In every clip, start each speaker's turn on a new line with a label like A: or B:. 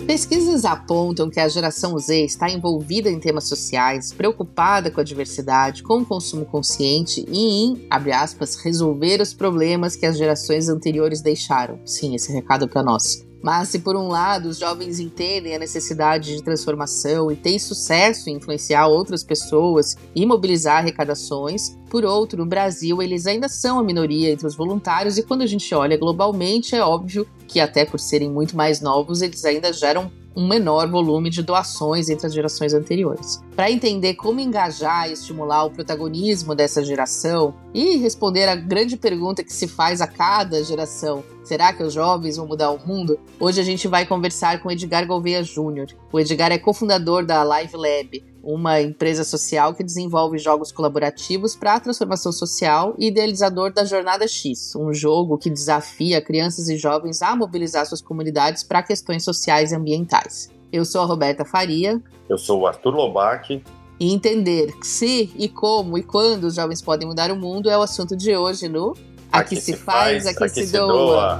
A: Pesquisas apontam que a geração Z está envolvida em temas sociais, preocupada com a diversidade, com o consumo consciente e em, abre aspas, resolver os problemas que as gerações anteriores deixaram. Sim, esse recado é para nós. Mas se por um lado os jovens entendem a necessidade de transformação e têm sucesso em influenciar outras pessoas e mobilizar arrecadações, por outro, no Brasil eles ainda são a minoria entre os voluntários e quando a gente olha globalmente é óbvio que até por serem muito mais novos eles ainda geram um menor volume de doações entre as gerações anteriores. Para entender como engajar e estimular o protagonismo dessa geração e responder à grande pergunta que se faz a cada geração, será que os jovens vão mudar o mundo? Hoje a gente vai conversar com Edgar Gouveia Júnior. O Edgar é cofundador da Live Lab, uma empresa social que desenvolve jogos colaborativos para a transformação social e idealizador da Jornada X, um jogo que desafia crianças e jovens a mobilizar suas comunidades para questões sociais e ambientais. Eu sou a Roberta Faria.
B: Eu sou o Arthur Lobac.
A: E entender se e como e quando os jovens podem mudar o mundo é o assunto de hoje no Aqui se faz, aqui se doa.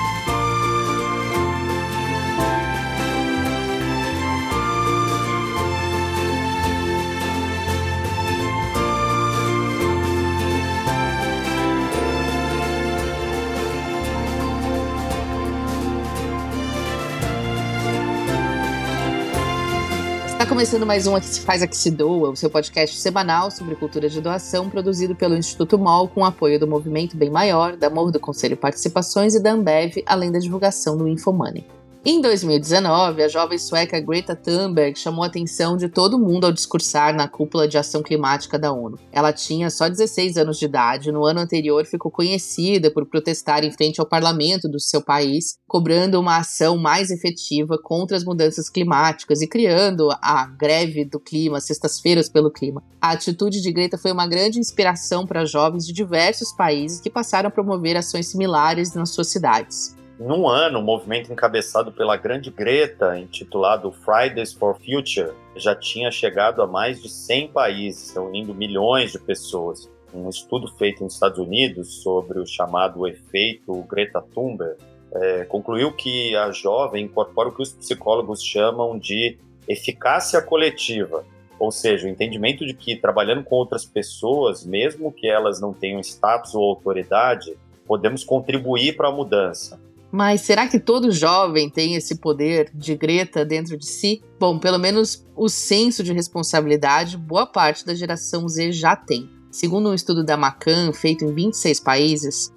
A: Está começando mais um Aqui se faz, aqui se doa, o seu podcast semanal sobre cultura de doação, produzido pelo Instituto MOL, com apoio do Movimento Bem Maior, da Amor do Conselho Participações e da Ambev, além da divulgação do Infomoney. Em 2019, a jovem sueca Greta Thunberg chamou a atenção de todo mundo ao discursar na cúpula de ação climática da ONU. Ela tinha só 16 anos de idade e no ano anterior ficou conhecida por protestar em frente ao parlamento do seu país, cobrando uma ação mais efetiva contra as mudanças climáticas e criando a greve do clima, Sextas-feiras pelo Clima. A atitude de Greta foi uma grande inspiração para jovens de diversos países que passaram a promover ações similares nas suas cidades.
B: Num ano, o movimento encabeçado pela grande Greta, intitulado Fridays for Future, já tinha chegado a mais de 100 países, reunindo milhões de pessoas. Um estudo feito nos Estados Unidos sobre o chamado efeito Greta Thunberg concluiu que a jovem incorpora o que os psicólogos chamam de eficácia coletiva, ou seja, o entendimento de que trabalhando com outras pessoas, mesmo que elas não tenham status ou autoridade, podemos contribuir para a mudança.
A: Mas será que todo jovem tem esse poder de Greta dentro de si? Bom, pelo menos o senso de responsabilidade, boa parte da geração Z já tem. Segundo um estudo da Macan, feito em 26 países,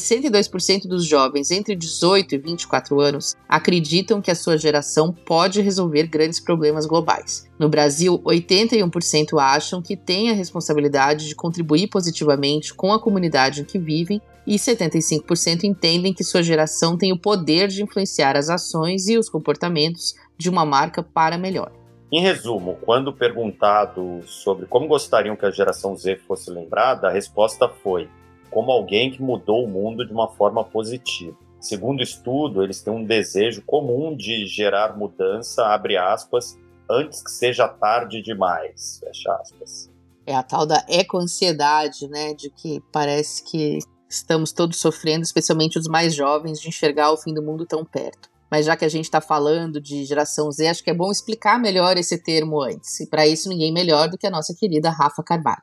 A: 62% dos jovens entre 18 e 24 anos acreditam que a sua geração pode resolver grandes problemas globais. No Brasil, 81% acham que têm a responsabilidade de contribuir positivamente com a comunidade em que vivem e 75% entendem que sua geração tem o poder de influenciar as ações e os comportamentos de uma marca para melhor.
B: Em resumo, quando perguntado sobre como gostariam que a geração Z fosse lembrada, a resposta foi: como alguém que mudou o mundo de uma forma positiva. Segundo o estudo, eles têm um desejo comum de gerar mudança, abre aspas, antes que seja tarde demais, fecha aspas.
A: É a tal da eco-ansiedade, né, de que parece que estamos todos sofrendo, especialmente os mais jovens, de enxergar o fim do mundo tão perto. Mas já que a gente está falando de geração Z, acho que é bom explicar melhor esse termo antes. E para isso, ninguém melhor do que a nossa querida Rafa Carvalho.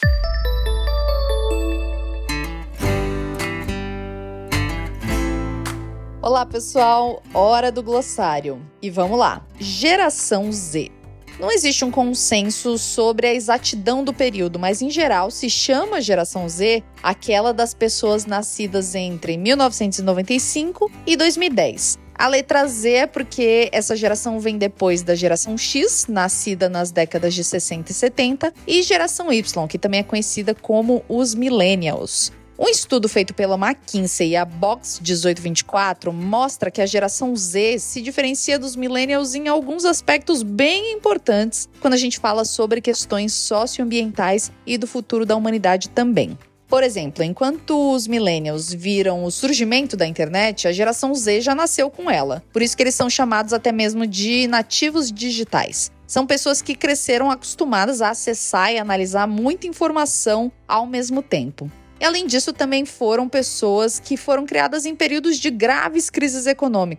C: Olá, pessoal! Hora do glossário. E vamos lá. Geração Z. Não existe um consenso sobre a exatidão do período, mas em geral se chama geração Z aquela das pessoas nascidas entre 1995 e 2010. A letra Z é porque essa geração vem depois da geração X, nascida nas décadas de 60 e 70, e geração Y, que também é conhecida como os Millennials. Um estudo feito pela McKinsey e a Box 1824 mostra que a geração Z se diferencia dos millennials em alguns aspectos bem importantes quando a gente fala sobre questões socioambientais e do futuro da humanidade também. Por exemplo, enquanto os millennials viram o surgimento da internet, a geração Z já nasceu com ela. Por isso que eles são chamados até mesmo de nativos digitais. São pessoas que cresceram acostumadas a acessar e analisar muita informação ao mesmo tempo. E além disso, também foram pessoas que foram criadas em períodos de graves crises econômicas.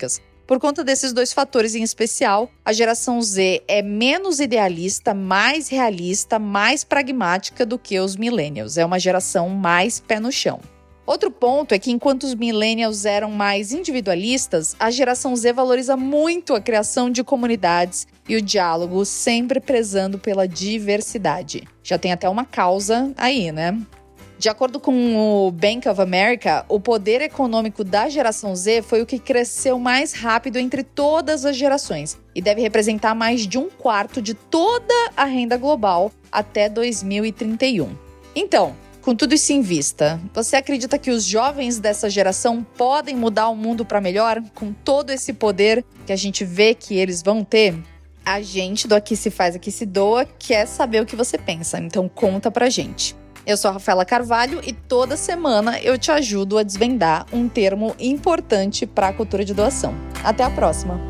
C: Por conta desses dois fatores em especial, a geração Z é menos idealista, mais realista, mais pragmática do que os millennials. É uma geração mais pé no chão. Outro ponto é que enquanto os millennials eram mais individualistas, a geração Z valoriza muito a criação de comunidades e o diálogo, sempre prezando pela diversidade. Já tem até uma causa aí, né? De acordo com o Bank of America, o poder econômico da geração Z foi o que cresceu mais rápido entre todas as gerações e deve representar mais de 1/4 de toda a renda global até 2031. Então, com tudo isso em vista, você acredita que os jovens dessa geração podem mudar o mundo para melhor com todo esse poder que a gente vê que eles vão ter? A gente do Aqui Se Faz, Aqui Se Doa quer saber o que você pensa, então conta pra gente. Eu sou a Rafaela Carvalho e toda semana eu te ajudo a desvendar um termo importante para a cultura de doação. Até a próxima!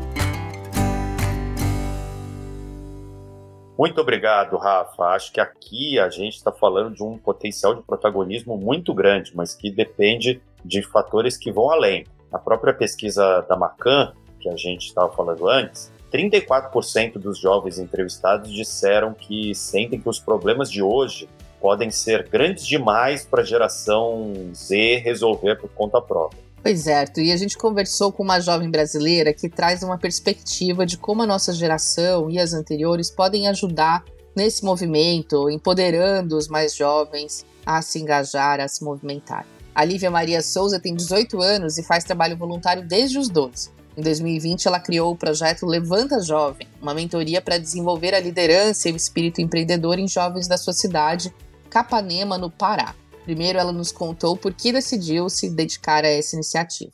B: Muito obrigado, Rafa. Acho que aqui a gente está falando de um potencial de protagonismo muito grande, mas que depende de fatores que vão além. A própria pesquisa da Macan, que a gente estava falando antes, 34% dos jovens entrevistados disseram que sentem que os problemas de hoje podem ser grandes demais para a geração Z resolver por conta própria.
A: Pois é, Arthur, e a gente conversou com uma jovem brasileira que traz uma perspectiva de como a nossa geração e as anteriores podem ajudar nesse movimento, empoderando os mais jovens a se engajar, a se movimentar. A Lívia Maria Souza tem 18 anos e faz trabalho voluntário desde os 12. Em 2020, ela criou o projeto Levanta Jovem, uma mentoria para desenvolver a liderança e o espírito empreendedor em jovens da sua cidade, Capanema, no Pará. Primeiro, ela nos contou por que decidiu se dedicar a essa iniciativa.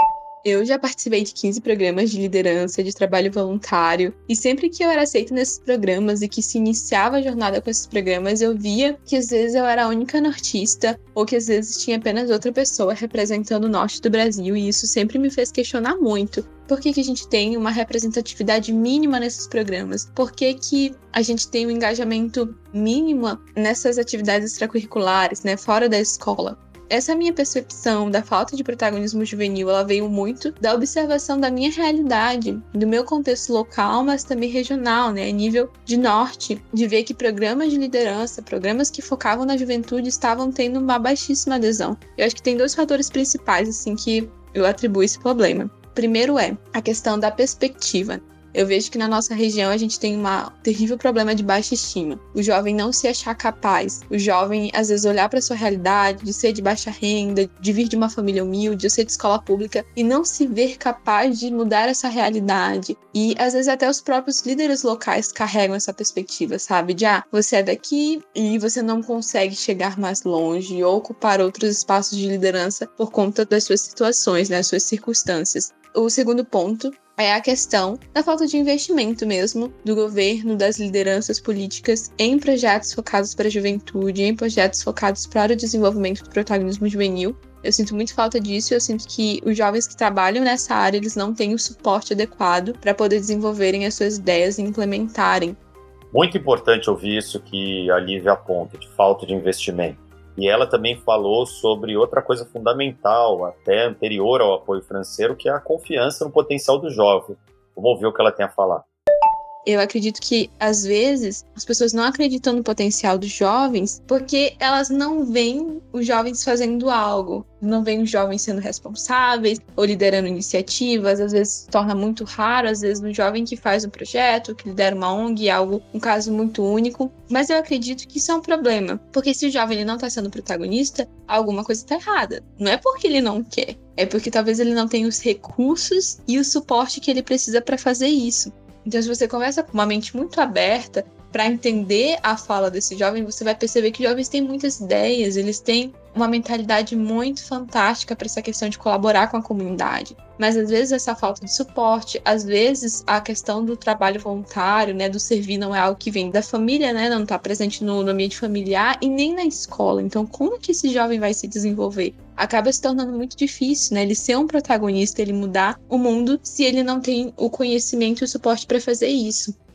D: Eu já participei de 15 programas de liderança, de trabalho voluntário, e sempre que eu era aceita nesses programas e que se iniciava a jornada com esses programas, eu via que às vezes eu era a única nortista, ou que às vezes tinha apenas outra pessoa representando o norte do Brasil, e isso sempre me fez questionar muito. Por que a gente tem uma representatividade mínima nesses programas? Por que a gente tem um engajamento mínimo nessas atividades extracurriculares, né, fora da escola? Essa minha percepção da falta de protagonismo juvenil, ela veio muito da observação da minha realidade, do meu contexto local, mas também regional, né, a nível de norte, de ver que programas de liderança, programas que focavam na juventude estavam tendo uma baixíssima adesão. Eu acho que tem 2 fatores principais, assim, que eu atribuo esse problema. Primeiro é a questão da perspectiva. Eu vejo que na nossa região a gente tem um terrível problema de baixa estima. O jovem não se achar capaz. O jovem, às vezes, olhar para sua realidade, de ser de baixa renda, de vir de uma família humilde, ou ser de escola pública, e não se ver capaz de mudar essa realidade. E, às vezes, até os próprios líderes locais carregam essa perspectiva, sabe? De, você é daqui e você não consegue chegar mais longe ou ocupar outros espaços de liderança por conta das suas situações, né? Das suas circunstâncias. O segundo ponto é a questão da falta de investimento mesmo do governo, das lideranças políticas em projetos focados para a juventude, em projetos focados para o desenvolvimento do protagonismo juvenil. Eu sinto muito falta disso, eu sinto que os jovens que trabalham nessa área, eles não têm o suporte adequado para poder desenvolverem as suas ideias e implementarem.
B: Muito importante ouvir isso que a Lívia aponta, de falta de investimento. E ela também falou sobre outra coisa fundamental, até anterior ao apoio financeiro, que é a confiança no potencial do jovem. Vamos ouvir o que ela tem a falar.
D: Eu acredito que, às vezes, as pessoas não acreditam no potencial dos jovens porque elas não veem os jovens fazendo algo. Não veem os jovens sendo responsáveis ou liderando iniciativas. Às vezes se torna muito raro, às vezes, um jovem que faz um projeto, que lidera uma ONG, algo, um caso muito único. Mas eu acredito que isso é um problema. Porque se o jovem ele não está sendo protagonista, alguma coisa está errada. Não é porque ele não quer. É porque talvez ele não tenha os recursos e o suporte que ele precisa para fazer isso. Então, se você conversa com uma mente muito aberta para entender a fala desse jovem, você vai perceber que jovens têm muitas ideias, eles têm uma mentalidade muito fantástica para essa questão de colaborar com a comunidade. Mas, às vezes, essa falta de suporte, às vezes, a questão do trabalho voluntário, né, do servir não é algo que vem da família, né, não está presente no ambiente familiar e nem na escola. Então, como que esse jovem vai se desenvolver? Acaba se tornando muito difícil, né, ele ser um protagonista, ele mudar o mundo, se ele não tem o conhecimento e o suporte para fazer isso.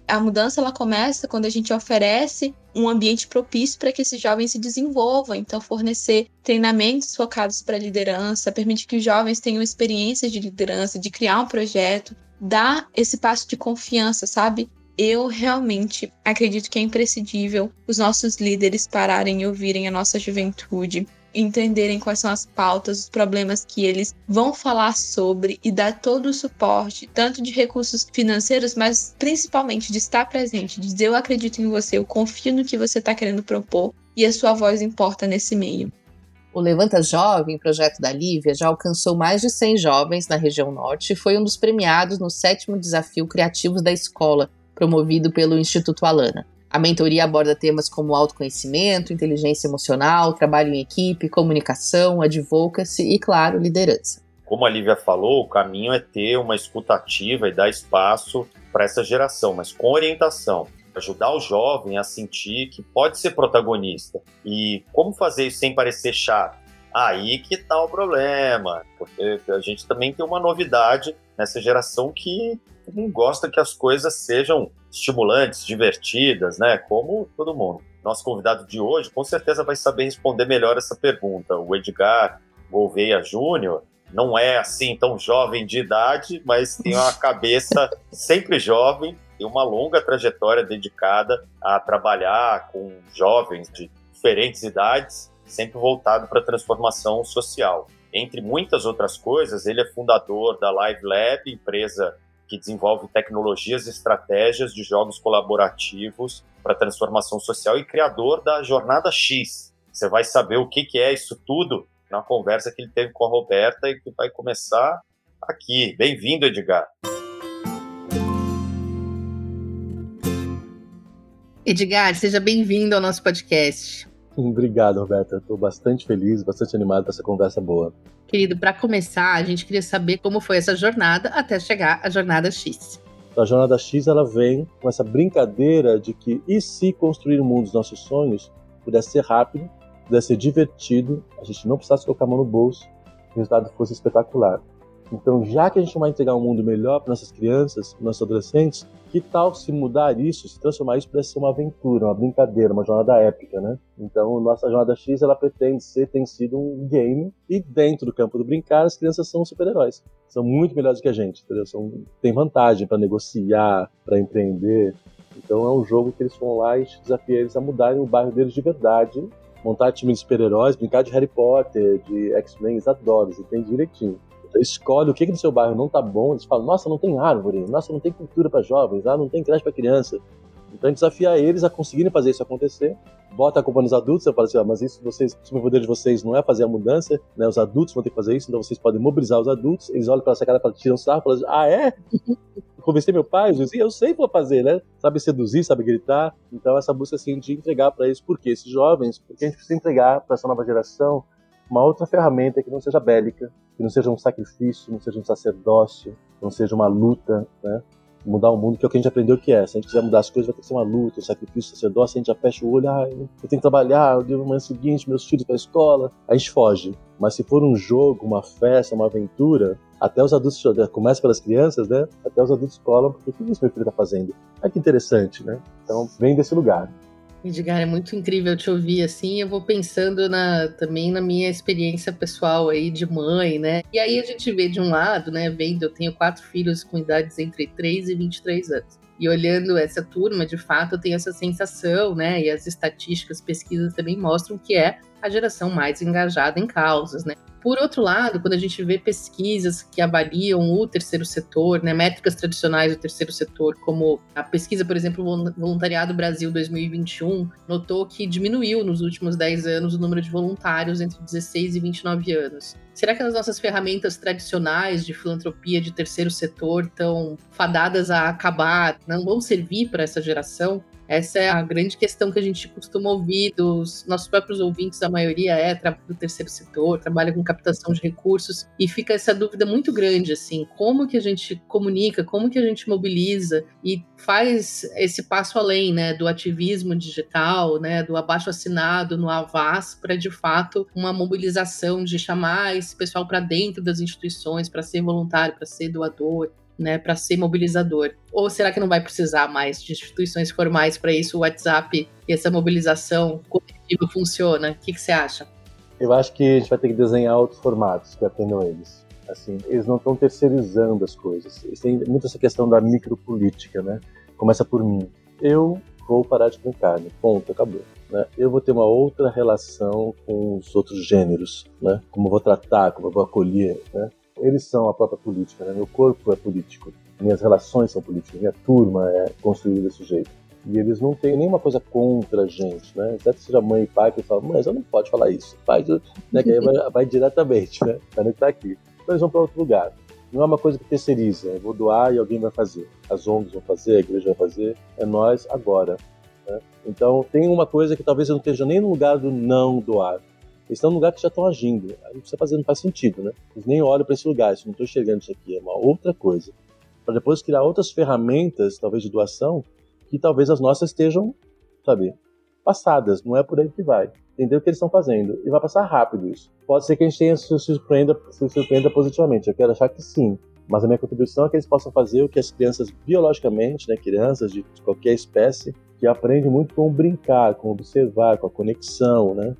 D: A mudança ela começa quando a gente oferece um ambiente propício para que esses jovens se desenvolvam. Então, fornecer treinamentos focados para liderança, permitir que os jovens tenham experiências de liderança, de criar um projeto, dar esse passo de confiança, sabe? Eu realmente acredito que é imprescindível os nossos líderes pararem e ouvirem a nossa juventude, entenderem quais são as pautas, os problemas que eles vão falar sobre e dar todo o suporte, tanto de recursos financeiros, mas principalmente de estar presente, de dizer eu acredito em você, eu confio no que você está querendo propor e a sua voz importa nesse meio.
A: O Levanta Jovem, projeto da Lívia, já alcançou mais de 100 jovens na região norte e foi um dos premiados no 7º Desafio Criativos da Escola, promovido pelo Instituto Alana. A mentoria aborda temas como autoconhecimento, inteligência emocional, trabalho em equipe, comunicação, advocacy e, claro, liderança.
B: Como a Lívia falou, o caminho é ter uma escuta ativa e dar espaço para essa geração, mas com orientação. Ajudar o jovem a sentir que pode ser protagonista. E como fazer isso sem parecer chato? Aí que está o problema, porque a gente também tem uma novidade nessa geração que não gosta que as coisas sejam estimulantes, divertidas, né? Como todo mundo. Nosso convidado de hoje com certeza vai saber responder melhor essa pergunta. O Edgar Gouveia Júnior não é assim tão jovem de idade, mas tem uma cabeça sempre jovem e uma longa trajetória dedicada a trabalhar com jovens de diferentes idades, sempre voltado para a transformação social. Entre muitas outras coisas, ele é fundador da Live Lab, empresa que desenvolve tecnologias e estratégias de jogos colaborativos para transformação social e criador da Jornada X. Você vai saber o que é isso tudo na conversa que ele teve com a Roberta e que vai começar aqui. Bem-vindo, Edgar.
A: Edgar, seja bem-vindo ao nosso podcast.
E: Obrigado, Roberta. Estou bastante feliz, bastante animado para essa conversa boa.
A: Querido, para começar, a gente queria saber como foi essa jornada até chegar à Jornada X.
E: A Jornada X ela vem com essa brincadeira de que e se construir o mundo dos nossos sonhos pudesse ser rápido, pudesse ser divertido, a gente não precisasse colocar a mão no bolso, o resultado fosse espetacular. Então, já que a gente vai entregar um mundo melhor para nossas crianças, para nossos adolescentes, que tal se mudar isso, se transformar isso para ser uma aventura, uma brincadeira, uma jornada épica, né? Então, nossa Jornada X, ela pretende ser, tem sido um game, e dentro do campo do brincar, as crianças são super-heróis. São muito melhores que a gente, entendeu? Tem vantagem para negociar, para empreender. Então, é um jogo que eles vão lá e desafia eles a mudarem o bairro deles de verdade, montar time de super-heróis, brincar de Harry Potter, de X-Men, eles adoram, eles entendem direitinho. Escolhe o que no seu bairro não tá bom, eles falam, nossa, não tem árvore, nossa, não tem cultura para jovens, não tem creche para criança. Então a gente desafia eles a conseguirem fazer isso acontecer, bota a culpa nos adultos, eu falo assim, mas isso o superpoder de vocês não é fazer a mudança, né? Os adultos vão ter que fazer isso, então vocês podem mobilizar os adultos, eles olham para essa cara, tiram sarro, falam, é? Convencer meu pai, eu sei o que vou fazer, né? Sabe seduzir, sabe gritar, então essa busca assim de entregar para eles, porque esses jovens, porque a gente precisa entregar para essa nova geração uma outra ferramenta que não seja bélica, que não seja um sacrifício, não seja um sacerdócio, não seja uma luta, né? Mudar o mundo, que é o que a gente aprendeu que é. Se a gente quiser mudar as coisas, vai ter que ser uma luta, um sacrifício, um sacerdócio, a gente já fecha o olho, eu tenho que trabalhar, eu devo amanhã seguinte, meus filhos para a escola, a gente foge. Mas se for um jogo, uma festa, uma aventura, até os adultos, começa pelas crianças, né? Até os adultos colam, porque o que isso meu filho está fazendo? Que interessante, né? Então, vem desse lugar.
A: Edgar, é muito incrível te ouvir assim, eu vou pensando também na minha experiência pessoal aí de mãe, né? E aí a gente vê de um lado, né, eu tenho 4 filhos com idades entre 3 e 23 anos. E olhando essa turma, de fato, eu tenho essa sensação, né? E as estatísticas, pesquisas também mostram que é a geração mais engajada em causas, né? Por outro lado, quando a gente vê pesquisas que avaliam o terceiro setor, né, métricas tradicionais do terceiro setor, como a pesquisa, por exemplo, Voluntariado Brasil 2021, notou que diminuiu nos últimos 10 anos o número de voluntários entre 16 e 29 anos. Será que as nossas ferramentas tradicionais de filantropia de terceiro setor estão fadadas a acabar, não vão servir para essa geração? Essa é a grande questão que a gente costuma ouvir dos nossos próprios ouvintes, a maioria é do terceiro setor, trabalha com captação de recursos, e fica essa dúvida muito grande, assim, como que a gente comunica, como que a gente mobiliza e faz esse passo além, né, do ativismo digital, né, do abaixo-assinado no Avaz, para, de fato, uma mobilização de chamar esse pessoal para dentro das instituições, para ser voluntário, para ser doador. né, para ser mobilizador? Ou será que não vai precisar mais de instituições formais para isso? O WhatsApp e essa mobilização coletiva funciona? O que você acha?
E: Eu acho que a gente vai ter que desenhar outros formatos que atendam eles. Assim, eles não estão terceirizando as coisas. Eles têm muito essa questão da micropolítica, né? Começa por mim. Eu vou parar de comer carne. Ponto, acabou. Né? Eu vou ter uma outra relação com os outros gêneros, né? Como eu vou tratar, como eu vou acolher, né? Eles são a própria política, né? Meu corpo é político, minhas relações são políticas, minha turma é construída desse jeito. E eles não têm nenhuma coisa contra a gente, né? Exceto que seja mãe e pai que falam, mas eu não pode falar isso. Pai, né? Que aí vai diretamente, né? Para não estar aqui. Então eles vão para outro lugar. Não é uma coisa que terceiriza. Eu vou doar e alguém vai fazer. As ONGs vão fazer, a igreja vai fazer. É nós agora. Né? Então tem uma coisa que talvez eu não esteja nem no lugar do não doar. Eles estão no lugar que já estão agindo. Aí não precisa fazer, não faz sentido, né? Eles nem olham para esse lugar. Se não estou enxergando isso aqui, é uma outra coisa. Para depois criar outras ferramentas, talvez de doação, que talvez as nossas estejam, sabe, passadas. Não é por aí que vai. Entender o que eles estão fazendo. E vai passar rápido isso. Pode ser que a gente se surpreenda positivamente. Eu quero achar que sim. Mas a minha contribuição é que eles possam fazer o que as crianças biologicamente, né, crianças de qualquer espécie, que aprendem muito com o brincar, com o observar, com a conexão, né?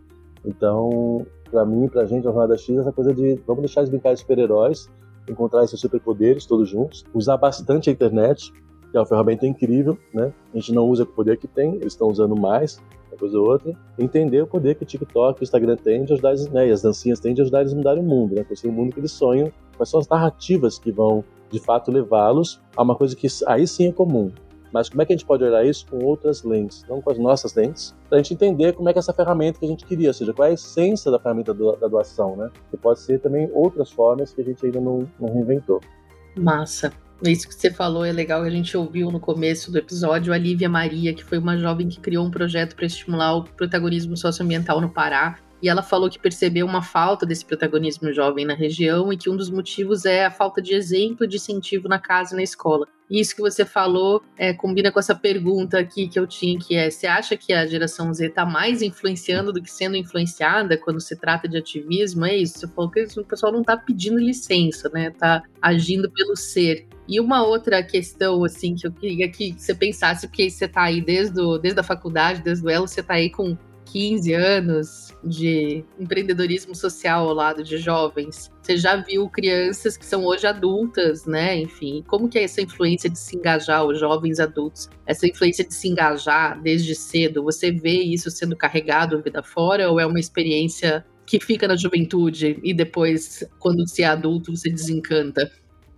E: Então, pra mim, pra gente, a Jornada X, essa coisa de vamos deixar eles brincar de super-heróis, encontrar esses superpoderes todos juntos, usar bastante a internet, que é uma ferramenta incrível, né? A gente não usa o poder que tem, eles estão usando mais, uma coisa ou outra. Entender o poder que o TikTok, o Instagram tem de ajudar eles, né? E as dancinhas têm de ajudar eles a mudarem o mundo, né? Construir o mundo que eles sonham. Quais são as narrativas que vão, de fato, levá-los a uma coisa que aí sim é comum. Mas como é que a gente pode olhar isso com outras lentes, não com as nossas lentes, para a gente entender como é que essa ferramenta que a gente queria, ou seja, qual é a essência da ferramenta da doação, né? Que pode ser também outras formas que a gente ainda não reinventou.
A: Massa. Isso que você falou é legal, que a gente ouviu no começo do episódio a Lívia Maria, que foi uma jovem que criou um projeto para estimular o protagonismo socioambiental no Pará. E ela falou que percebeu uma falta desse protagonismo jovem na região e que um dos motivos é a falta de exemplo de incentivo na casa e na escola. E isso que você falou combina com essa pergunta aqui que eu tinha, que é: você acha que a geração Z está mais influenciando do que sendo influenciada quando se trata de ativismo? É isso, você falou que o pessoal não está pedindo licença, né? Está agindo pelo ser. E uma outra questão, assim, que eu queria que você pensasse, porque você está aí desde a faculdade, desde o Elo, você está aí com 15 anos de empreendedorismo social ao lado de jovens. Você já viu crianças que são hoje adultas, né? Enfim, como que é essa influência de se engajar, os jovens adultos? Essa influência de se engajar desde cedo, você vê isso sendo carregado vida fora ou é uma experiência que fica na juventude e depois, quando se é adulto, você desencanta?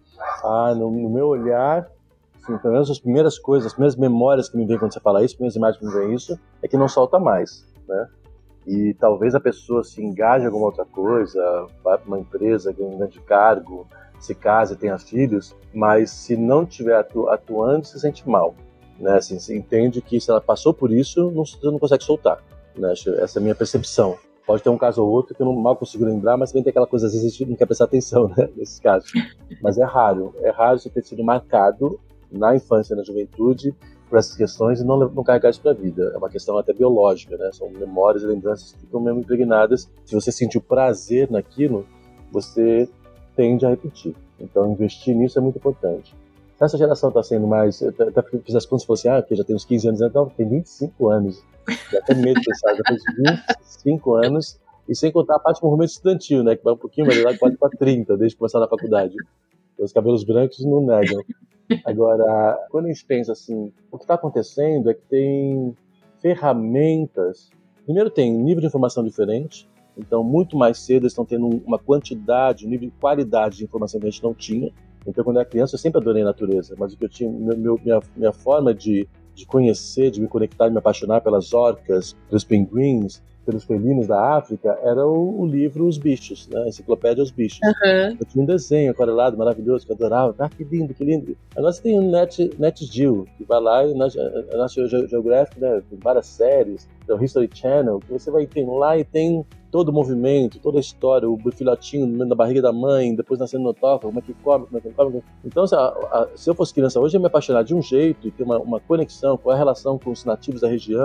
E: No meu olhar, assim, pelo menos as primeiras coisas, as primeiras memórias que me vêm quando você fala isso, as primeiras imagens que me vêm isso, é que não solta mais, né? E talvez a pessoa se engaje em alguma outra coisa, vá para uma empresa, ganhe um grande cargo, se case, tenha filhos, mas se não estiver atuando, se sente mal, né? Assim, se entende que se ela passou por isso, não consegue soltar, né? Essa é a minha percepção. Pode ter um caso ou outro que eu mal consigo lembrar, mas também tem aquela coisa, às vezes a gente não quer prestar atenção, né, nesses casos. Mas é raro isso ter sido marcado na infância e na juventude por essas questões e não carregar isso para a vida. É uma questão até biológica, né? São memórias e lembranças que ficam mesmo impregnadas. Se você sentiu prazer naquilo, você tende a repetir. Então, investir nisso é muito importante. Se essa geração está sendo mais... Eu até fiz as contas e falei assim, porque já tem uns 15 anos, então tem 25 anos. Já tem medo de pensar, já fez 25 anos, e sem contar a parte do movimento estudantil, né? Que vai um pouquinho mais lá, quase para 30, desde começar na faculdade. Os cabelos brancos não negam. Agora, quando a gente pensa assim, o que está acontecendo é que tem ferramentas. Primeiro tem nível de informação diferente, então muito mais cedo eles estão tendo uma quantidade, um nível de qualidade de informação que a gente não tinha. Então quando eu era criança eu sempre adorei a natureza, mas o que eu tinha, minha forma de conhecer, de me conectar, de me apaixonar pelas orcas, pelos pinguins, pelos felinos da África, era o livro Os Bichos, né? A enciclopédia Os Bichos.
A: Uhum.
E: Eu tinha um desenho aquarelado maravilhoso que eu adorava. Ah, que lindo, que lindo. Agora você tem o Nat Geo, que vai lá e a National Geographic, né? Tem várias séries, tem o History Channel, que você vai ter lá e tem todo o movimento, toda a história, o filhotinho na barriga da mãe, depois nascendo no tofa, como é que come, como é que não come. Então, se eu fosse criança hoje, eu ia me apaixonar de um jeito e ter uma conexão com a relação com os nativos da região,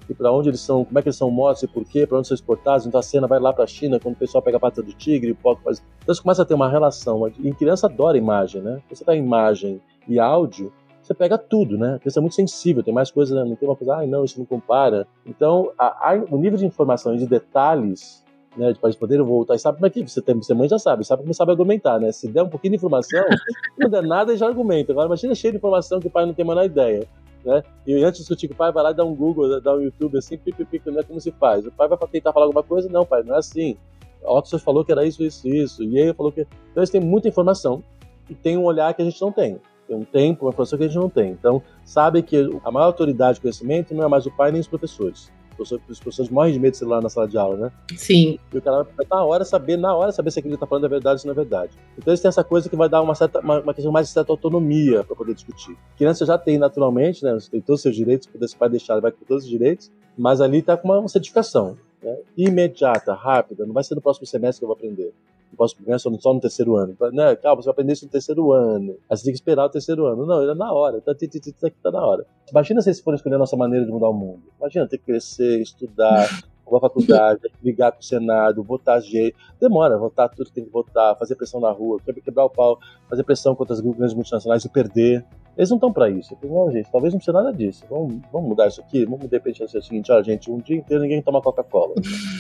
E: e para onde eles são, como é que eles são mortos e por quê, para onde são exportados. Então a cena vai lá para a China, quando o pessoal pega a pata do tigre, o porco faz... Então você começa a ter uma relação. E criança adora imagem, né? Você tá em imagem e áudio, você pega tudo, né? A criança é muito sensível, tem mais coisa, né? Não tem uma coisa, não, isso não compara. Então o nível de informação e de detalhes, né, para eles poderem voltar, e sabe como é que você mãe já sabe como sabe argumentar, né? Se der um pouquinho de informação, não der nada, já argumenta. Agora imagina cheio de informação que o pai não tem a menor ideia. Né? E antes de discutir com o pai, vai lá e dá um Google, dá um YouTube assim, né? Como se faz? O pai vai tentar falar alguma coisa? Não, pai, não é assim. Oxford falou que era isso, e ele falou que... Então eles têm muita informação e tem um olhar que a gente não tem. Tem um tempo, uma informação que a gente não tem. Então, sabe que a maior autoridade de conhecimento não é mais o pai nem os professores. Os professores morrem de medo de celular na sala de aula, né?
A: Sim.
E: E o cara vai na hora saber se aquilo que ele está falando é verdade ou se não é verdade. Então eles têm essa coisa que vai dar uma questão mais de certa autonomia para poder discutir. A criança já tem naturalmente, né? Você tem todos os seus direitos, se esse pai deixar, ele vai com todos os direitos, mas ali está com uma certificação, né? Imediata, rápida, não vai ser no próximo semestre que eu vou aprender. Eu posso ganhar só no terceiro ano. Né? Calma, você vai aprender isso no terceiro ano. Aí você tem que esperar o terceiro ano. Não, ele é na hora. Tá na hora. Imagina se eles forem escolher a nossa maneira de mudar o mundo. Imagina ter que crescer, estudar, ir à faculdade, ligar pro Senado, votar jeito. Demora, votar tudo que tem que votar, fazer pressão na rua, quebrar o pau, fazer pressão contra as grandes multinacionais e perder. Eles não estão para isso. Não, gente, talvez não precise nada disso. Vamos mudar isso aqui? Vamos de repente fazer o seguinte: olha, gente, um dia inteiro ninguém toma Coca-Cola.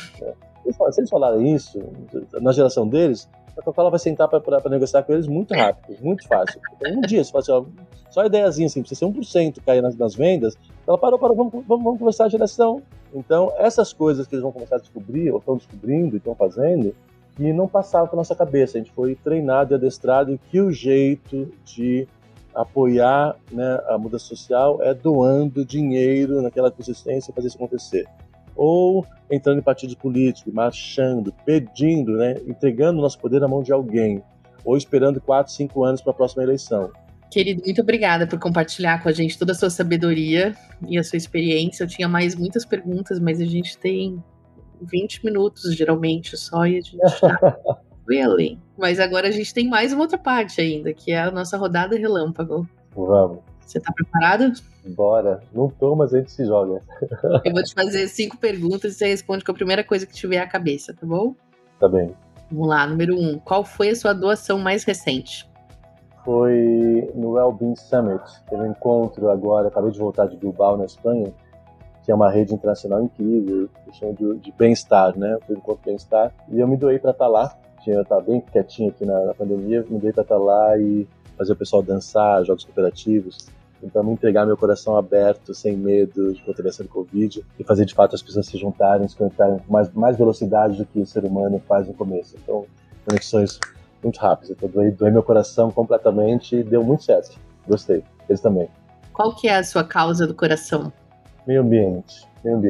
E: Se eles falarem isso, na geração deles, a Coca-Cola vai sentar para negociar com eles muito rápido, muito fácil. Então, um dia, você fala assim, ó, só a ideiazinha assim, precisa ser 1% cair nas vendas, ela parou, vamos conversar a geração. Então, essas coisas que eles vão começar a descobrir, ou estão descobrindo e estão fazendo, que não passavam pela nossa cabeça. A gente foi treinado e adestrado, e que o jeito de apoiar, né, a mudança social é doando dinheiro naquela consistência e fazer isso acontecer. Ou entrando em partidos políticos, marchando, pedindo, né, entregando o nosso poder na mão de alguém, ou esperando 4, 5 anos para a próxima eleição.
A: Querido, muito obrigada por compartilhar com a gente toda a sua sabedoria e a sua experiência. Eu tinha muitas perguntas, mas a gente tem 20 minutos, geralmente, só, e a gente já foi além. Mas agora a gente tem mais uma outra parte ainda, que é a nossa rodada relâmpago.
E: Vamos.
A: Você tá preparado?
E: Bora. Não tô, mas a gente se joga.
A: Eu vou te fazer 5 perguntas e você responde com a primeira coisa que tiver à cabeça, tá bom?
E: Tá bem.
A: Vamos lá, número 1. Qual foi a sua doação mais recente?
E: Foi no Wellbeing Summit, teve um encontro agora, acabei de voltar de Bilbao, na Espanha, que é uma rede internacional incrível, que chama de bem-estar, né? Foi um encontro de bem-estar, e eu me doei para estar lá. Eu estava bem quietinho aqui na pandemia, me doei para estar lá e fazer o pessoal dançar, jogos cooperativos. Então, me entregar meu coração aberto, sem medo de contaminação do Covid, e fazer de fato as pessoas se juntarem, se conectarem com mais velocidade do que o ser humano faz no começo. Então, conexões muito rápidas. Eu doei meu coração completamente e deu muito certo. Gostei. Eles também.
A: Qual que é a sua causa do coração?
E: Meio ambiente.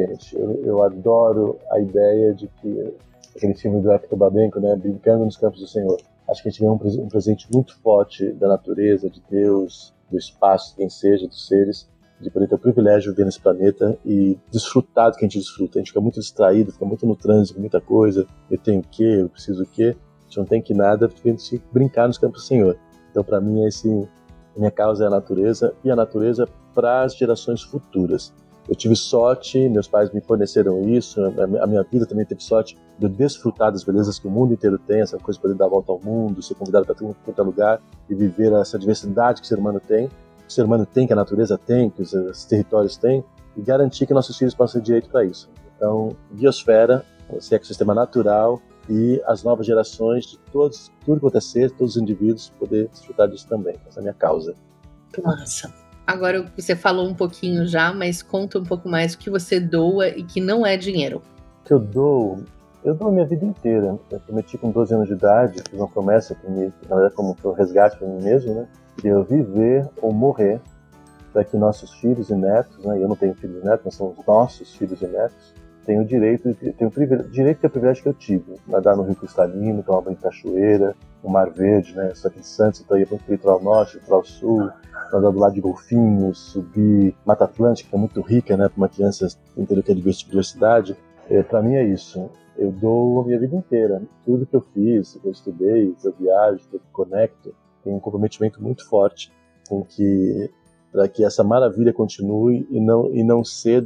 E: Eu adoro a ideia de que aquele filme do Hector Babenco, né, Brincando nos Campos do Senhor. Acho que a gente ganhou um presente muito forte da natureza, de Deus, do espaço, quem seja, dos seres, de poder ter o privilégio de viver nesse planeta e desfrutar do que a gente desfruta. A gente fica muito distraído, fica muito no trânsito, muita coisa. Eu tenho o quê? Eu preciso o quê? A gente não tem que nada, a gente tem que brincar nos campos do Senhor. Então, para mim, minha causa é a natureza, e a natureza para as gerações futuras. Eu tive sorte, meus pais me forneceram isso, a minha vida também teve sorte de desfrutar das belezas que o mundo inteiro tem, essa coisa de poder dar a volta ao mundo, ser convidado para todo quanto é lugar e viver essa diversidade que o ser humano tem, que a natureza tem, que os territórios têm, e garantir que nossos filhos possam ter direito para isso. Então, biosfera, esse ecossistema natural e as novas gerações de tudo que acontecer, todos os indivíduos poder desfrutar disso também. Essa é a minha causa.
A: Massa. Agora, você falou um pouquinho já, mas conta um pouco mais o que você doa e que não é dinheiro.
E: O que eu dou a minha vida inteira. Eu prometi com 12 anos de idade, fiz uma promessa que na verdade, como foi um resgate para mim mesmo, né? De eu viver ou morrer para que nossos filhos e netos, né? Eu não tenho filhos e netos, mas são os nossos filhos e netos, tenham o direito e o privilégio que eu tive. Nadar no Rio Cristalino, tomar banho de cachoeira, o Mar Verde, né? Só que em Santos, então ia para o litoral norte, litoral sul, nadar do lado de golfinhos, subir Mata Atlântica, que é muito rica, né? Para uma criança entender que é diversidade. Para mim é isso. Eu dou a minha vida inteira. Tudo que eu fiz, que eu estudei, que eu viajo, que eu conecto, tem um comprometimento muito forte para que essa maravilha continue e não ceda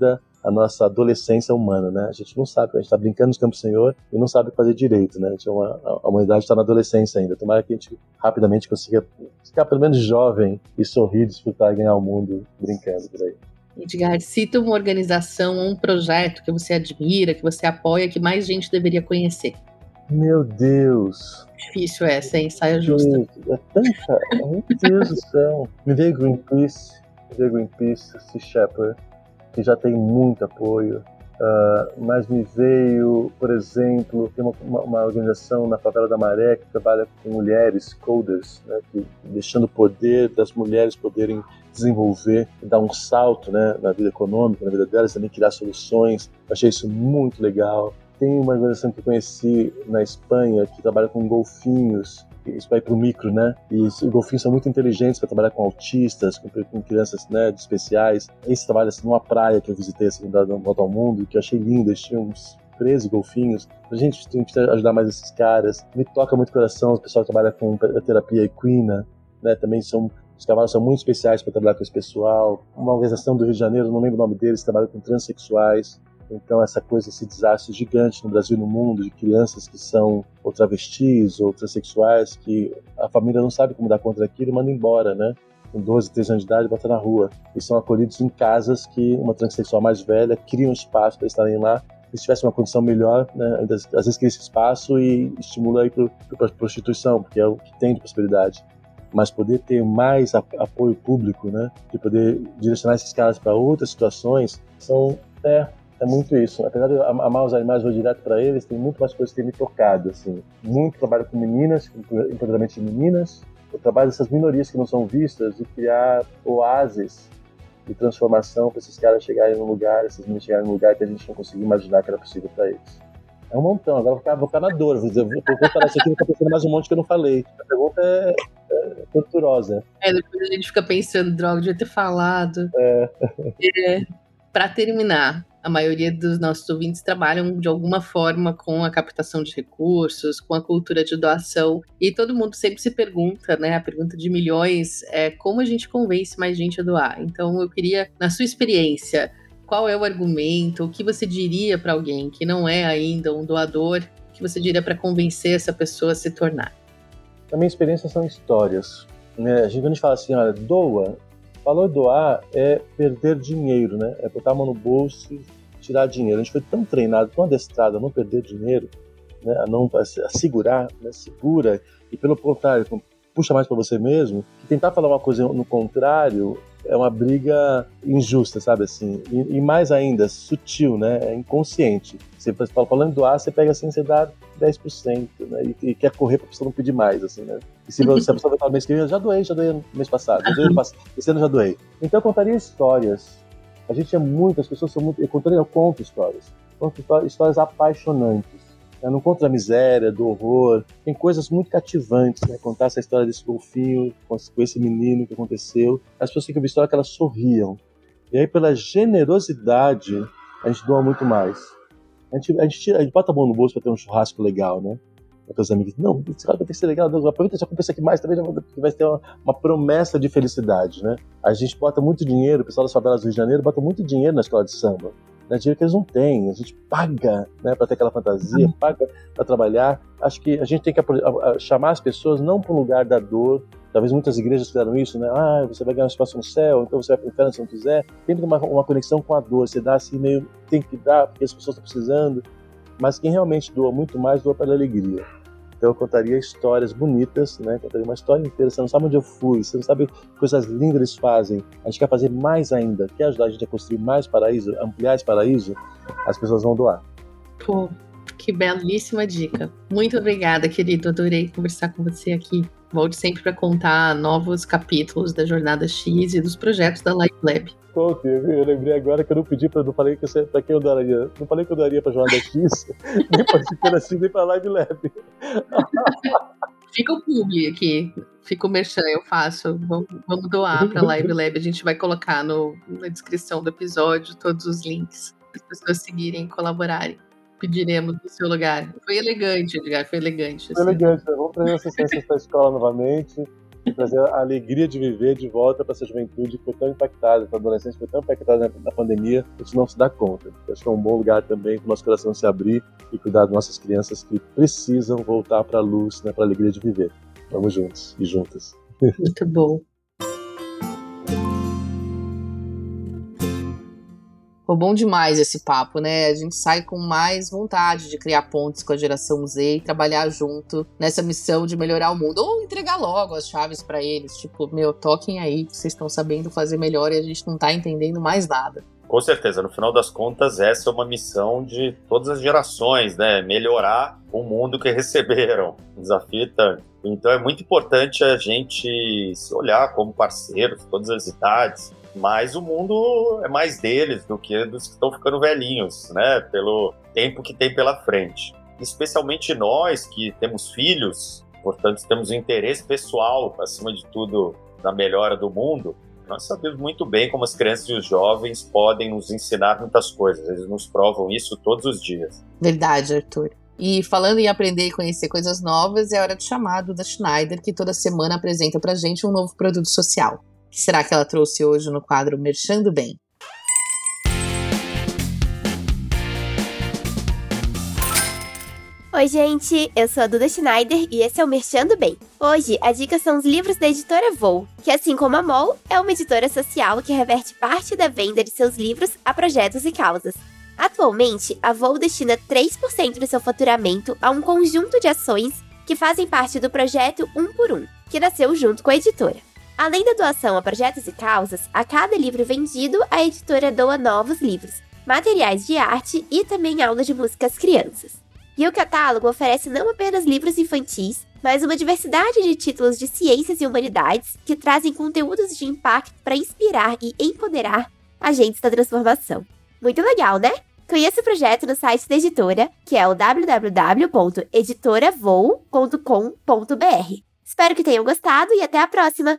E: a nossa adolescência humana, né? A gente não sabe, a gente está brincando nos Campos Senhor e não sabe fazer direito, né? A humanidade está na adolescência ainda. Tomara que a gente rapidamente consiga ficar pelo menos jovem e sorrir, desfrutar e ganhar o mundo brincando por aí.
A: Edgar, cita uma organização ou um projeto que você admira, que você apoia, que mais gente deveria conhecer.
E: Meu Deus!
A: Difícil essa, hein? Saia justa.
E: É tanta... Meu Deus do céu! Me veio Greenpeace, Sea Shepherd, que já tem muito apoio. Mas me veio, por exemplo, tem uma organização na Favela da Maré que trabalha com mulheres, coders, né, deixando o poder das mulheres poderem desenvolver e dar um salto, né, na vida econômica, na vida delas, também criar soluções. Eu achei isso muito legal. Tem uma organização que eu conheci na Espanha que trabalha com golfinhos. Isso vai para o micro, né? E os golfinhos são muito inteligentes para trabalhar com autistas, com crianças, né, especiais. Esse trabalho assim, numa praia que eu visitei, assim, da Volta ao Mundo, que eu achei lindo. Eles tinham uns 13 golfinhos. A gente tem que ajudar mais esses caras. Me toca muito o coração o pessoal que trabalha com a terapia equina, né? Também os cavalos são muito especiais para trabalhar com esse pessoal. Uma organização do Rio de Janeiro, não lembro o nome deles, trabalha com transexuais. Então essa coisa, esse desastre gigante no Brasil e no mundo de crianças que são ou travestis ou transexuais, que a família não sabe como dar conta daquilo e manda embora, né? Com 12, 13 anos de idade, bota na rua. E são acolhidos em casas que uma transexual mais velha cria um espaço para estarem lá. Se tivesse uma condição melhor, né? Às vezes cria esse espaço e estimula aí para a prostituição, porque é o que tem de possibilidade. Mas poder ter mais apoio público, né? De poder direcionar esses caras para outras situações, é muito isso. Apesar de eu amar os animais, vou direto para eles, tem muito mais coisas que têm me tocado, assim. Muito trabalho com meninas, empoderamento de meninas, o trabalho dessas minorias que não são vistas, de criar oásis de transformação para esses caras chegarem num lugar, essas meninas chegarem num lugar que a gente não conseguia imaginar que era possível para eles. É um montão, agora vou ficar na dor, vou falar isso aqui, vou ficar pensando mais um monte que eu não falei. A pergunta é torturosa.
A: Depois a gente fica pensando, droga, devia ter falado. Para terminar, a maioria dos nossos ouvintes trabalham de alguma forma com a captação de recursos, com a cultura de doação, e todo mundo sempre se pergunta, né, a pergunta de milhões é como a gente convence mais gente a doar. Então eu queria, na sua experiência, qual é o argumento, o que você diria para alguém que não é ainda um doador, o que você diria para convencer essa pessoa a se tornar?
E: A minha experiência são histórias, né? Quando a gente fala assim, olha, doa, falou doar é perder dinheiro, né? É botar a mão no bolso e tirar dinheiro. A gente foi tão treinado, tão adestrado a não perder dinheiro, né? A segurar, né? Segura, e pelo contrário, puxa mais para você mesmo, que tentar falar uma coisa no contrário é uma briga injusta, sabe assim? E mais ainda, sutil, né? É inconsciente. Você fala, falando do ar, você pega assim, você dá 10%, né? E quer correr pra pessoa não pedir mais, assim, né? E se a pessoa vai falar mês que vem, eu já doei no mês passado, esse ano eu já doei. Então eu contaria histórias. A gente é muito, as pessoas são muito... Eu conto histórias. Conto histórias apaixonantes. Eu não conto a miséria, do horror. Tem coisas muito cativantes, né? Contar essa história desse golfinho, com esse menino que aconteceu. As pessoas têm que ouvir a história que elas sorriam. E aí, pela generosidade, a gente doa muito mais. A gente bota a mão no bolso para ter um churrasco legal, né? Com os amigos. Não, esse cara vai ter que ser legal. Aproveita, já compensa aqui mais também, porque vai ter uma promessa de felicidade, né? A gente bota muito dinheiro, o pessoal das favelas do Rio de Janeiro bota muito dinheiro na escola de samba. Né, dinheiro que eles não têm, a gente paga, né, para ter aquela fantasia, paga para trabalhar. Acho que a gente tem que chamar as pessoas não para o lugar da dor. Talvez muitas igrejas fizeram isso, né? Você vai ganhar um espaço no céu, então você vai para o inferno se não quiser. Tem uma conexão com a dor, você dá assim meio, tem que dar porque as pessoas estão precisando. Mas quem realmente doa muito mais, doa pela alegria. Então eu contaria histórias bonitas, né? Contaria uma história inteira. Você não sabe onde eu fui, você não sabe que coisas lindas eles fazem. A gente quer fazer mais ainda, quer ajudar a gente a construir mais paraíso, ampliar esse paraíso, as pessoas vão doar.
A: Pô, que belíssima dica. Muito obrigada, querido. Adorei conversar com você aqui. Volte sempre para contar novos capítulos da Jornada X e dos projetos da Live Lab.
E: Eu lembrei agora que eu não falei para quem eu daria. Não falei que eu daria para Jornada X, nem para Chiqueira X, nem para Live Lab.
A: Fica o publi aqui, fica o merchan, eu faço. Vamos doar para Live Lab. A gente vai colocar na descrição do episódio todos os links para as pessoas seguirem e colaborarem. Pediremos no seu lugar. Foi elegante, Edgar, foi elegante.
E: Foi elegante, vamos trazer as assistências para a escola novamente. e trazer a alegria de viver de volta para essa juventude que foi tão impactada, essa adolescente que foi tão impactada na pandemia, a gente não se dá conta. Acho que é um bom lugar também para o nosso coração se abrir e cuidar das nossas crianças que precisam voltar para a luz, né, para a alegria de viver. Vamos juntos e juntas.
A: Muito bom. Foi bom demais esse papo, né? A gente sai com mais vontade de criar pontes com a geração Z e trabalhar junto nessa missão de melhorar o mundo. Ou entregar logo as chaves pra eles. Tipo, toquem aí, vocês estão sabendo fazer melhor e a gente não tá entendendo mais nada.
B: Com certeza, no final das contas, essa é uma missão de todas as gerações, né? Melhorar o mundo que receberam. Desafio tanto. Então é muito importante a gente se olhar como parceiros, todas as idades, mas o mundo é mais deles do que dos que estão ficando velhinhos, né? Pelo tempo que tem pela frente. Especialmente nós que temos filhos, portanto temos um interesse pessoal, acima de tudo, na melhora do mundo. Nós sabemos muito bem como as crianças e os jovens podem nos ensinar muitas coisas. Eles nos provam isso todos os dias.
A: Verdade, Arthur. E falando em aprender e conhecer coisas novas, é hora de chamar a Duda Schneider, que toda semana apresenta pra gente um novo produto social. O que será que ela trouxe hoje no quadro Merchando Bem?
F: Oi, gente, eu sou a Duda Schneider e esse é o Merchando Bem. Hoje, a dica são os livros da editora Voo, que assim como a MOL, é uma editora social que reverte parte da venda de seus livros a projetos e causas. Atualmente, a Voo destina 3% do seu faturamento a um conjunto de ações que fazem parte do projeto 1 por 1, que nasceu junto com a editora. Além da doação a projetos e causas, a cada livro vendido, a editora doa novos livros, materiais de arte e também aulas de música às crianças. E o catálogo oferece não apenas livros infantis, mas uma diversidade de títulos de ciências e humanidades que trazem conteúdos de impacto para inspirar e empoderar agentes da transformação. Muito legal, né? Conheça o projeto no site da editora, que é o www.editoravoo.com.br. Espero que tenham gostado e até a próxima!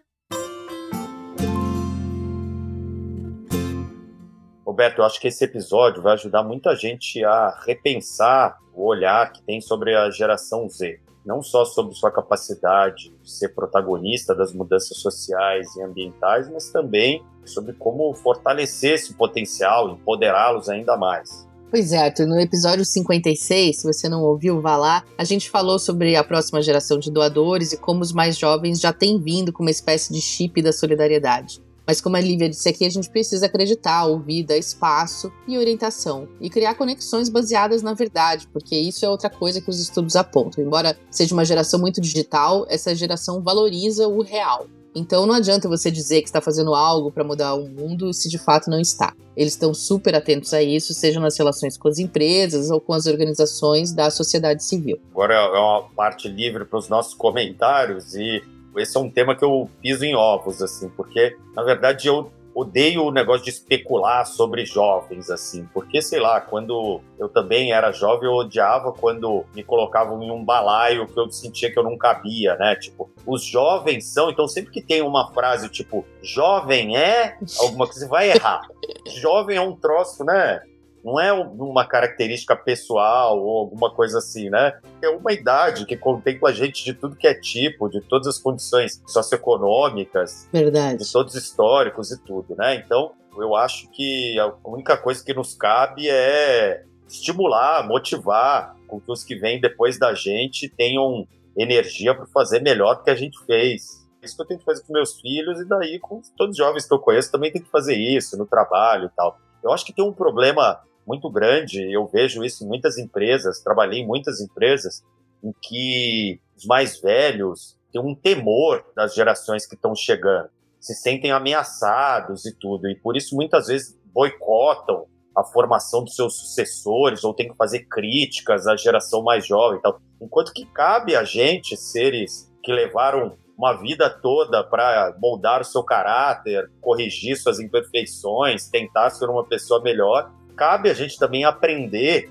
B: Roberto, eu acho que esse episódio vai ajudar muita gente a repensar o olhar que tem sobre a geração Z. Não só sobre sua capacidade de ser protagonista das mudanças sociais e ambientais, mas também sobre como fortalecer esse potencial, empoderá-los ainda mais.
A: Pois é, Arthur, no episódio 56, se você não ouviu, vá lá, a gente falou sobre a próxima geração de doadores e como os mais jovens já têm vindo com uma espécie de chip da solidariedade. Mas como a Lívia disse aqui, a gente precisa acreditar, ouvir, dar espaço e orientação. E criar conexões baseadas na verdade, porque isso é outra coisa que os estudos apontam. Embora seja uma geração muito digital, essa geração valoriza o real. Então não adianta você dizer que está fazendo algo para mudar o mundo se de fato não está. Eles estão super atentos a isso, seja nas relações com as empresas ou com as organizações da sociedade civil.
B: Agora é uma parte livre para os nossos comentários e esse é um tema que eu piso em ovos, assim, porque, na verdade, eu odeio o negócio de especular sobre jovens, assim, porque, sei lá, quando eu também era jovem, eu odiava quando me colocavam em um balaio que eu sentia que eu não cabia, né? Tipo, os jovens são... Então, sempre que tem uma frase, tipo, jovem é... alguma coisa, você vai errar. Jovem é um troço, né? Não é uma característica pessoal ou alguma coisa assim, né? É uma idade que contempla a gente de tudo que é tipo, de todas as condições socioeconômicas,
A: Verdade.
B: de todos os históricos e tudo, né? Então, eu acho que a única coisa que nos cabe é estimular, motivar com que os que vêm depois da gente tenham energia para fazer melhor do que a gente fez. Isso que eu tenho que fazer com meus filhos e daí com todos os jovens que eu conheço também tem que fazer isso no trabalho e tal. Eu acho que tem um problema muito grande, eu vejo isso em muitas empresas, trabalhei em muitas empresas, em que os mais velhos têm um temor das gerações que estão chegando, se sentem ameaçados e tudo, e por isso muitas vezes boicotam a formação dos seus sucessores, ou tem que fazer críticas à geração mais jovem e tal, enquanto que cabe a gente, seres que levaram uma vida toda para moldar o seu caráter, corrigir suas imperfeições, tentar ser uma pessoa melhor, cabe a gente também aprender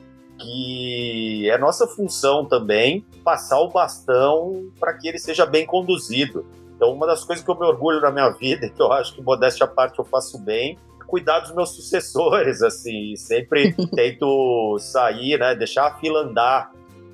B: que é nossa função também passar o bastão para que ele seja bem conduzido. Então, uma das coisas que eu me orgulho na minha vida, e que eu acho que, modéstia à parte, eu faço bem, é cuidar dos meus sucessores, assim, sempre tento sair, né, deixar a fila andar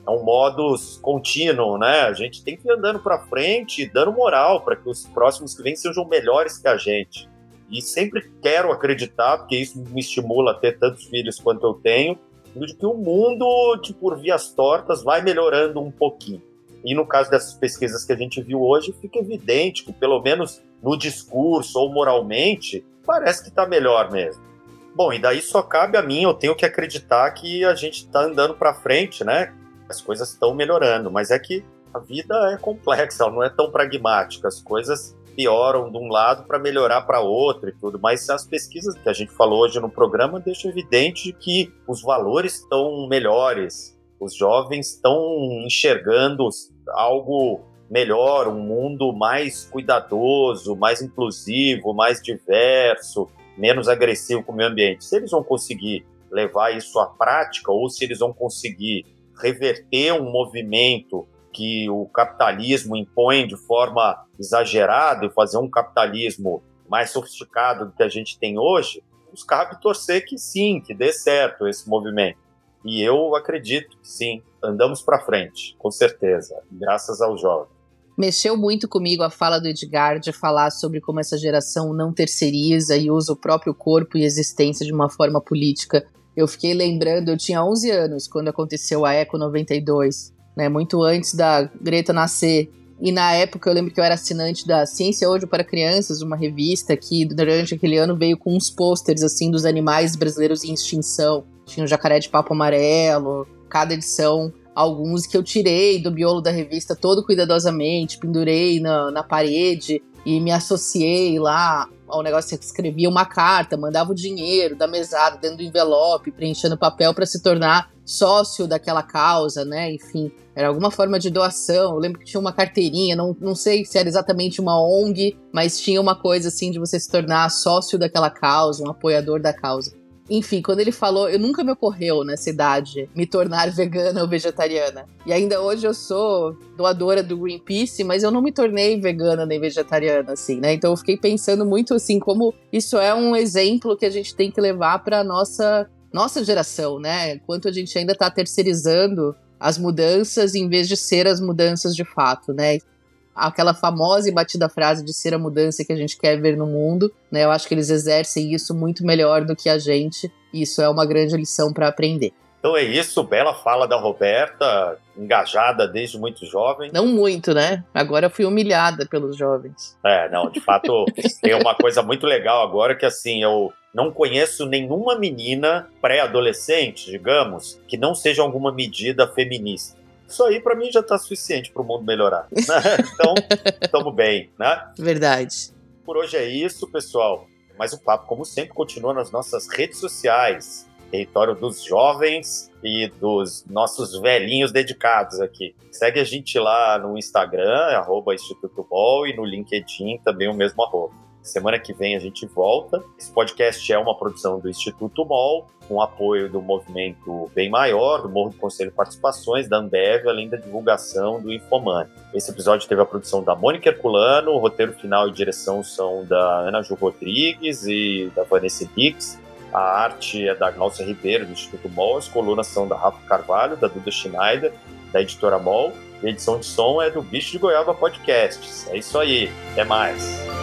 B: É um modus contínuo, né? A gente tem que ir andando para frente, dando moral para que os próximos que vêm sejam melhores que a gente. E sempre quero acreditar, porque isso me estimula a ter tantos filhos quanto eu tenho, de que o mundo, por vias tortas, vai melhorando um pouquinho. E no caso dessas pesquisas que a gente viu hoje, fica evidente que, pelo menos no discurso ou moralmente, parece que está melhor mesmo. Bom, e daí só cabe a mim, eu tenho que acreditar que a gente está andando para frente, né? As coisas estão melhorando, mas é que a vida é complexa, ela não é tão pragmática, as coisas pioram de um lado para melhorar para outro e tudo, mas as pesquisas que a gente falou hoje no programa deixam evidente que os valores estão melhores, os jovens estão enxergando algo melhor, um mundo mais cuidadoso, mais inclusivo, mais diverso, menos agressivo com o meio ambiente. Se eles vão conseguir levar isso à prática ou se eles vão conseguir reverter um movimento que o capitalismo impõe de forma exagerada e fazer um capitalismo mais sofisticado do que a gente tem hoje, nos cabe torcer que sim, que dê certo esse movimento. E eu acredito que sim, andamos para frente, com certeza, graças aos jovens.
A: Mexeu muito comigo a fala do Edgar de falar sobre como essa geração não terceiriza e usa o próprio corpo e existência de uma forma política. Eu fiquei lembrando, eu tinha 11 anos quando aconteceu a Eco 92, né, muito antes da Greta nascer. E na época eu lembro que eu era assinante da Ciência Hoje para Crianças, uma revista que durante aquele ano veio com uns pôsteres assim, dos animais brasileiros em extinção. Tinha o jacaré de papo amarelo, cada edição, alguns que eu tirei do miolo da revista todo cuidadosamente, pendurei na parede e me associei lá ao negócio que escrevia uma carta, mandava o dinheiro da mesada dentro do envelope, preenchendo papel para se tornar sócio daquela causa, né? Enfim, era alguma forma de doação. Eu lembro que tinha uma carteirinha, não sei se era exatamente uma ONG, mas tinha uma coisa assim de você se tornar sócio daquela causa, um apoiador da causa. Enfim, quando ele falou, eu nunca me ocorreu nessa idade me tornar vegana ou vegetariana. E ainda hoje eu sou doadora do Greenpeace, mas eu não me tornei vegana nem vegetariana, assim, né? Então eu fiquei pensando muito, assim, como isso é um exemplo que a gente tem que levar para nossa geração, né? Quanto a gente ainda está terceirizando as mudanças em vez de ser as mudanças de fato, né? Aquela famosa e batida frase de ser a mudança que a gente quer ver no mundo, né? Eu acho que eles exercem isso muito melhor do que a gente, e isso é uma grande lição para aprender.
B: Então é isso, bela fala da Roberta, engajada desde muito jovem.
A: Não muito, né? Agora eu fui humilhada pelos jovens.
B: Não, de fato, tem uma coisa muito legal agora que, assim, eu não conheço nenhuma menina pré-adolescente, digamos, que não seja alguma medida feminista. Isso aí, pra mim, já tá suficiente pro mundo melhorar. Né? Então, tamo bem, né?
A: Verdade.
B: Por hoje é isso, pessoal. Mas o papo, como sempre, continua nas nossas redes sociais. Território dos jovens e dos nossos velhinhos dedicados aqui. Segue a gente lá no Instagram, @Instituto MOL, e no LinkedIn também o mesmo @. Semana que vem a gente volta. Esse podcast é uma produção do Instituto MOL, com apoio do movimento Bem Maior, do Morro do Conselho de Participações, da Ambev, além da divulgação do Infomani. Esse episódio teve a produção da Mônica Herculano, o roteiro final e direção são da Ana Ju Rodrigues e da Vanessa Dix. A arte é da Glaucia Ribeiro, do Instituto MOL, as colunas são da Rafa Carvalho, da Duda Schneider, da editora MOL, e a edição de som é do Bicho de Goiaba Podcasts. É isso aí, até mais!